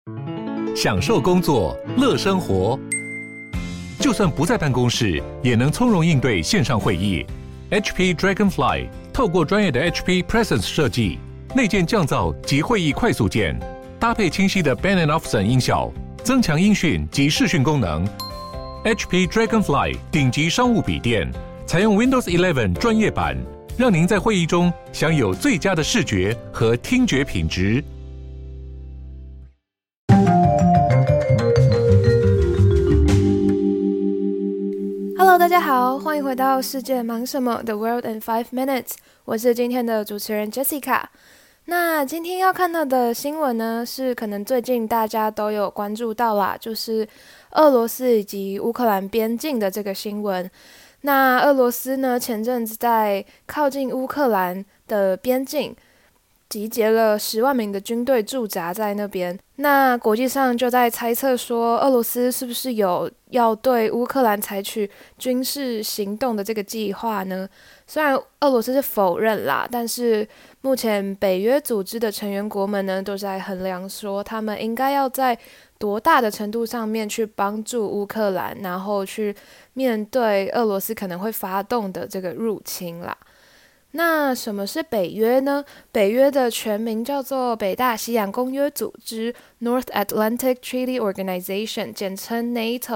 享受工作，乐生活。就算不在办公室，也能从容应对线上会议。HP Dragonfly 透过专业的 HP Presence 设计，内建降噪及会议快速键，搭配清晰的 Bang & Olufsen 音效，增强音讯及视讯功能。HP Dragonfly 顶级商务笔电，采用 Windows 11专业版，让您在会议中享有最佳的视觉和听觉品质。 Hello， 大家好，欢迎回到世界忙什么 The World in 5 Minutes， 我是今天的主持人 Jessica。那今天要看到的新闻呢，是可能最近大家都有关注到啦，就是俄罗斯以及乌克兰边境的这个新闻。那俄罗斯呢，前阵子在靠近乌克兰的边境集结了10万名的军队驻扎在那边，那国际上就在猜测说，俄罗斯是不是有要对乌克兰采取军事行动的这个计划呢？虽然俄罗斯是否认啦，但是目前北约组织的成员国们呢，都在衡量说，他们应该要在多大的程度上面去帮助乌克兰，然后去面对俄罗斯可能会发动的这个入侵啦。那什么是北约呢？北约的全名叫做北大西洋公约组织 North Atlantic Treaty Organization， 简称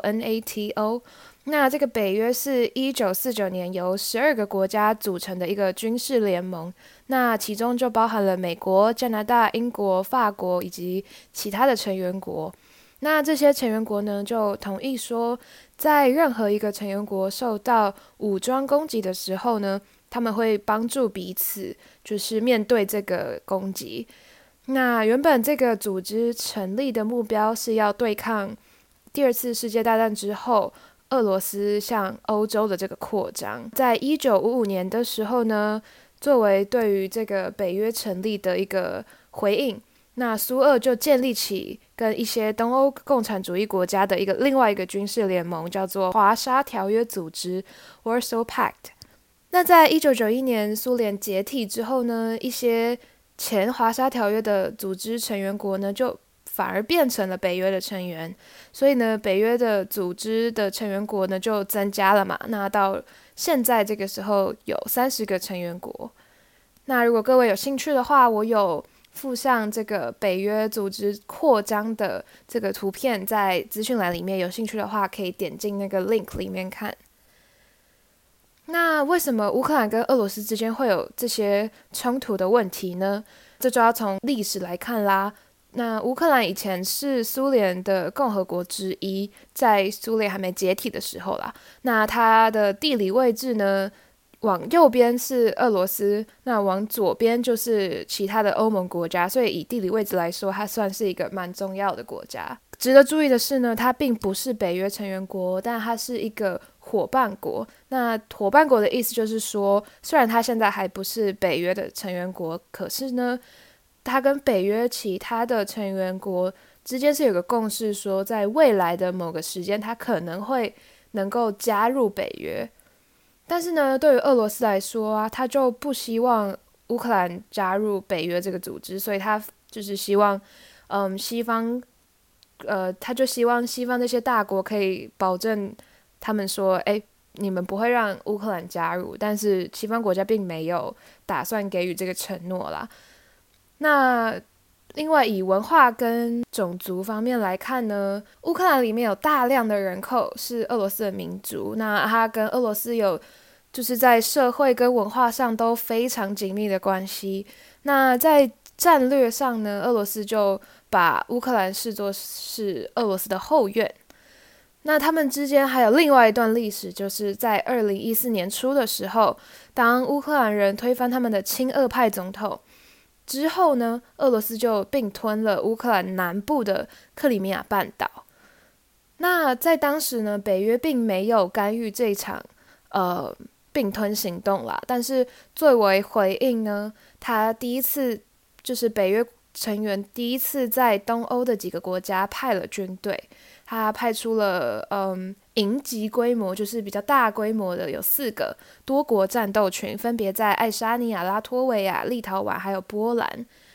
NATO。 那这个北约是1949年由12个国家组成的一个军事联盟，那其中就包含了美国、加拿大、英国、法国以及其他的成员国。那这些成员国呢，就同意说，在任何一个成员国受到武装攻击的时候呢，他们会帮助彼此，就是面对这个攻击。那原本这个组织成立的目标是要对抗第2次世界大战之后俄罗斯向欧洲的这个扩张。在1955年的时候呢，作为对于这个北约成立的一个回应，那苏俄就建立起跟一些东欧共产主义国家的另外一个军事联盟，叫做华沙条约组织 Warsaw Pact。那在1991年苏联解体之后呢，一些前华沙条约的组织成员国呢，就反而变成了北约的成员，所以呢，北约的组织的成员国呢就增加了嘛。那到现在这个时候有30个成员国。那如果各位有兴趣的话，我有附上这个北约组织扩张的这个图片在资讯栏里面，有兴趣的话可以点进那个 link 里面看。那为什么乌克兰跟俄罗斯之间会有这些冲突的问题呢？这就要从历史来看啦。那乌克兰以前是苏联的共和国之一，在苏联还没解体的时候啦。那它的地理位置呢，往右边是俄罗斯，那往左边就是其他的欧盟国家，所以以地理位置来说，它算是一个蛮重要的国家。值得注意的是呢，它并不是北约成员国，但它是一个伙伴国。那伙伴国的意思就是说，虽然它现在还不是北约的成员国，可是呢，它跟北约其他的成员国之间是有个共识，说在未来的某个时间，它可能会能够加入北约。但是呢，对于俄罗斯来说啊，他就不希望乌克兰加入北约这个组织，所以他就是希望，西方，他就希望西方这些大国可以保证他们说，你们不会让乌克兰加入，但是西方国家并没有打算给予这个承诺啦。那另外以文化跟种族方面来看呢，乌克兰里面有大量的人口是俄罗斯的民族，那它跟俄罗斯有就是在社会跟文化上都非常紧密的关系。那在战略上呢，俄罗斯就把乌克兰视作是俄罗斯的后院。那他们之间还有另外一段历史，就是在2014年初的时候，当乌克兰人推翻他们的亲俄派总统之后呢，俄罗斯就并吞了乌克兰南部的克里米亚半岛。那在当时呢，北约并没有干预这一场并吞行动啦，但是作为回应呢，他第一次就是北约成员第一次在东欧的几个国家派了军队，他派出了营级规模，就是比较大规模的，有4个多国战斗群，分别在爱沙尼亚、拉脱维亚、立陶宛还有波兰。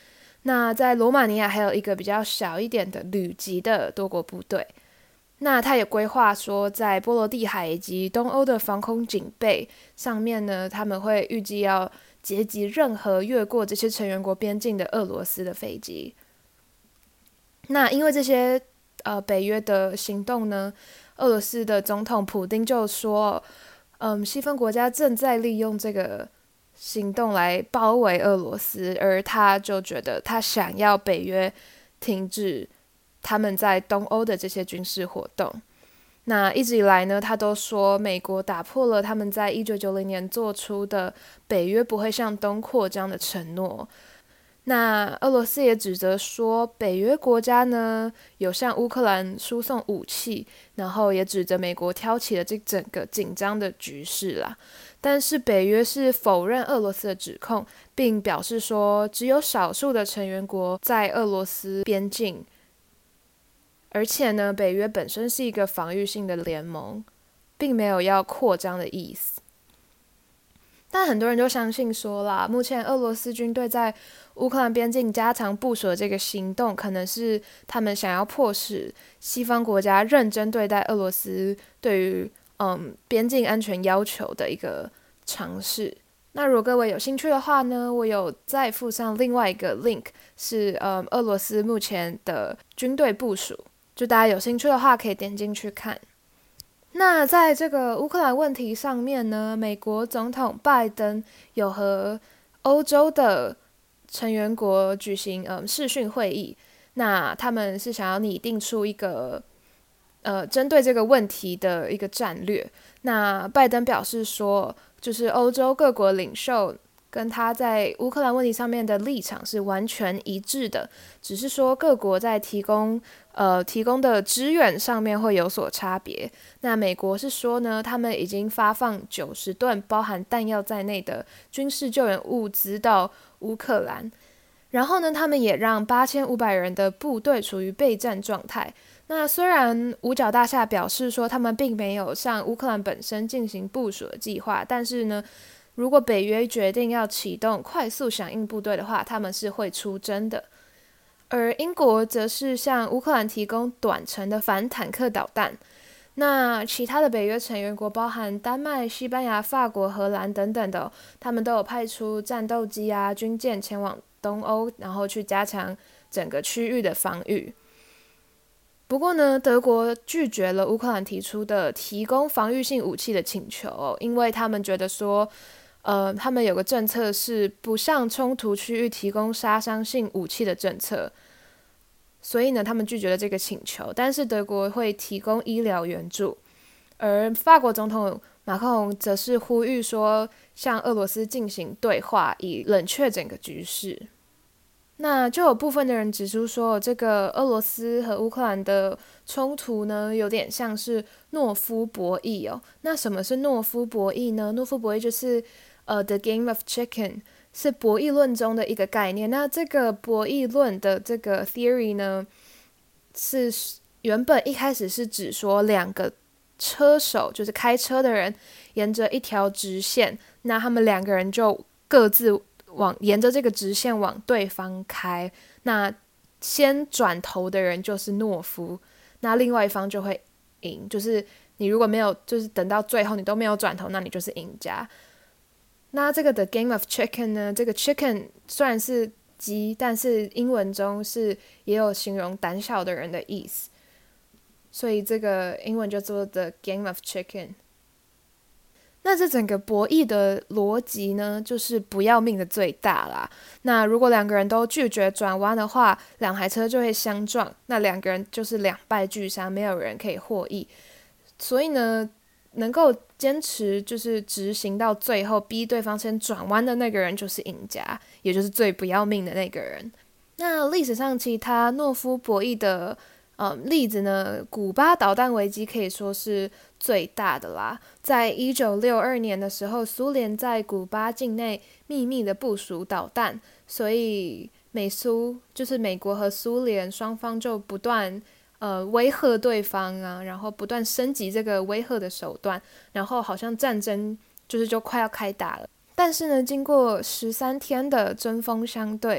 那在罗马尼亚还有一个比较小一点的旅级的多国部队。那他也规划说，在波罗的海以及东欧的防空警备上面呢，他们会预计要截击任何越过这些成员国边境的俄罗斯的飞机。那因为这些北约的行动呢，俄罗斯的总统普丁就说，西方国家正在利用这个行动来包围俄罗斯，而他就觉得他想要北约停止他们在东欧的这些军事活动。那一直以来呢，他都说美国打破了他们在1990年做出的北约不会向东扩张的承诺。那俄罗斯也指责说，北约国家呢有向乌克兰输送武器，然后也指责美国挑起了这整个紧张的局势啦。但是北约是否认俄罗斯的指控，并表示说，只有少数的成员国在俄罗斯边境，而且呢，北约本身是一个防御性的联盟，并没有要扩张的意思。但很多人就相信说啦，目前俄罗斯军队在乌克兰边境加强部署的这个行动，可能是他们想要迫使西方国家认真对待俄罗斯对于边境安全要求的一个尝试。那如果各位有兴趣的话呢，我有再附上另外一个 link， 是俄罗斯目前的军队部署，就大家有兴趣的话可以点进去看。那在这个乌克兰问题上面呢，美国总统拜登有和欧洲的成员国举行视讯会议，那他们是想要拟定出一个针对这个问题的一个战略。那拜登表示说，就是欧洲各国领袖跟他在乌克兰问题上面的立场是完全一致的，只是说各国在提供的支援上面会有所差别。那美国是说呢，他们已经发放90吨包含弹药在内的军事救援物资到乌克兰，然后呢，他们也让8500人的部队处于备战状态。那虽然五角大厦表示说他们并没有向乌克兰本身进行部署的计划，但是呢，如果北约决定要启动快速响应部队的话，他们是会出征的。而英国则是向乌克兰提供短程的反坦克导弹。那其他的北约成员国包含丹麦、西班牙、法国、荷兰等等的，他们都有派出战斗机啊、军舰前往东欧，然后去加强整个区域的防御。不过呢，德国拒绝了乌克兰提出的提供防御性武器的请求，因为他们觉得说，他们有个政策是不向冲突区域提供杀伤性武器的政策，所以呢，他们拒绝了这个请求。但是德国会提供医疗援助，而法国总统马克龙则是呼吁说，向俄罗斯进行对话，以冷却整个局势。那就有部分的人指出说，这个俄罗斯和乌克兰的冲突呢，有点像是懦夫博弈哦。那什么是懦夫博弈呢？懦夫博弈就是The Game of Chicken， 是博弈论中的一个概念。那这个博弈论的这个 theory 呢，是原本一开始是指说两个车手，就是开车的人，沿着一条直线，那他们两个人就各自沿着这个直线往对方开，那先转头的人就是懦夫，那另外一方就会赢，就是你如果没有，就是等到最后你都没有转头，那你就是赢家。那这个 The Game of Chicken 呢，这个 Chicken 虽然是鸡，但是英文中也有形容胆小的人的意思，所以这个英文就做 The Game of Chicken。那这整个博弈的逻辑呢，就是不要命的最大啦。那如果两个人都拒绝转弯的话，两台车就会相撞，那两个人就是两败俱伤，没有人可以获益。所以呢，能够坚持就是执行到最后，逼对方先转弯的那个人就是赢家，也就是最不要命的那个人。那历史上其他懦夫博弈的例子呢，古巴导弹危机可以说是最大的啦。在1962年的时候，苏联在古巴境内秘密的部署导弹，所以就是美国和苏联双方就不断威吓对方啊，然后不断升级这个威吓的手段，然后好像战争就快要开打了。但是呢，经过13天的针锋相对，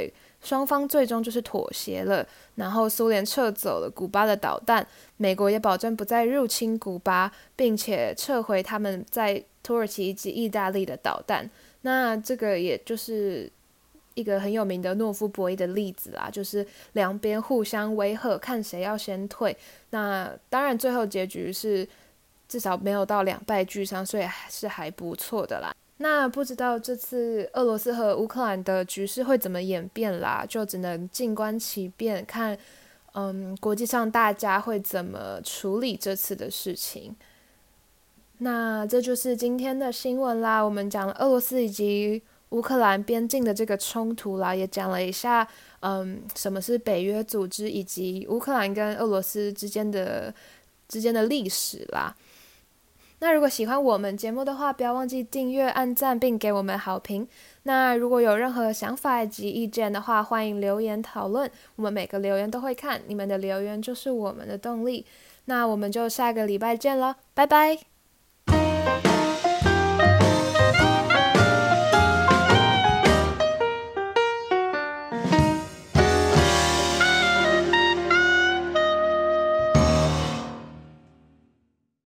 双方最终就是妥协了，然后苏联撤走了古巴的导弹，美国也保证不再入侵古巴，并且撤回他们在土耳其以及意大利的导弹。那这个也就是一个很有名的诺夫博弈的例子啦，就是两边互相威吓，看谁要先退。那当然最后结局是至少没有到两败俱伤，所以是还不错的啦。那不知道这次俄罗斯和乌克兰的局势会怎么演变啦，就只能静观其变，看国际上大家会怎么处理这次的事情。那这就是今天的新闻啦，我们讲了俄罗斯以及乌克兰边境的这个冲突啦，也讲了一下什么是北约组织以及乌克兰跟俄罗斯之间的历史啦。那如果喜欢我们节目的话，不要忘记订阅、按赞并给我们好评。那如果有任何想法以及意见的话，欢迎留言讨论，我们每个留言都会看，你们的留言就是我们的动力。那我们就下个礼拜见了，拜拜。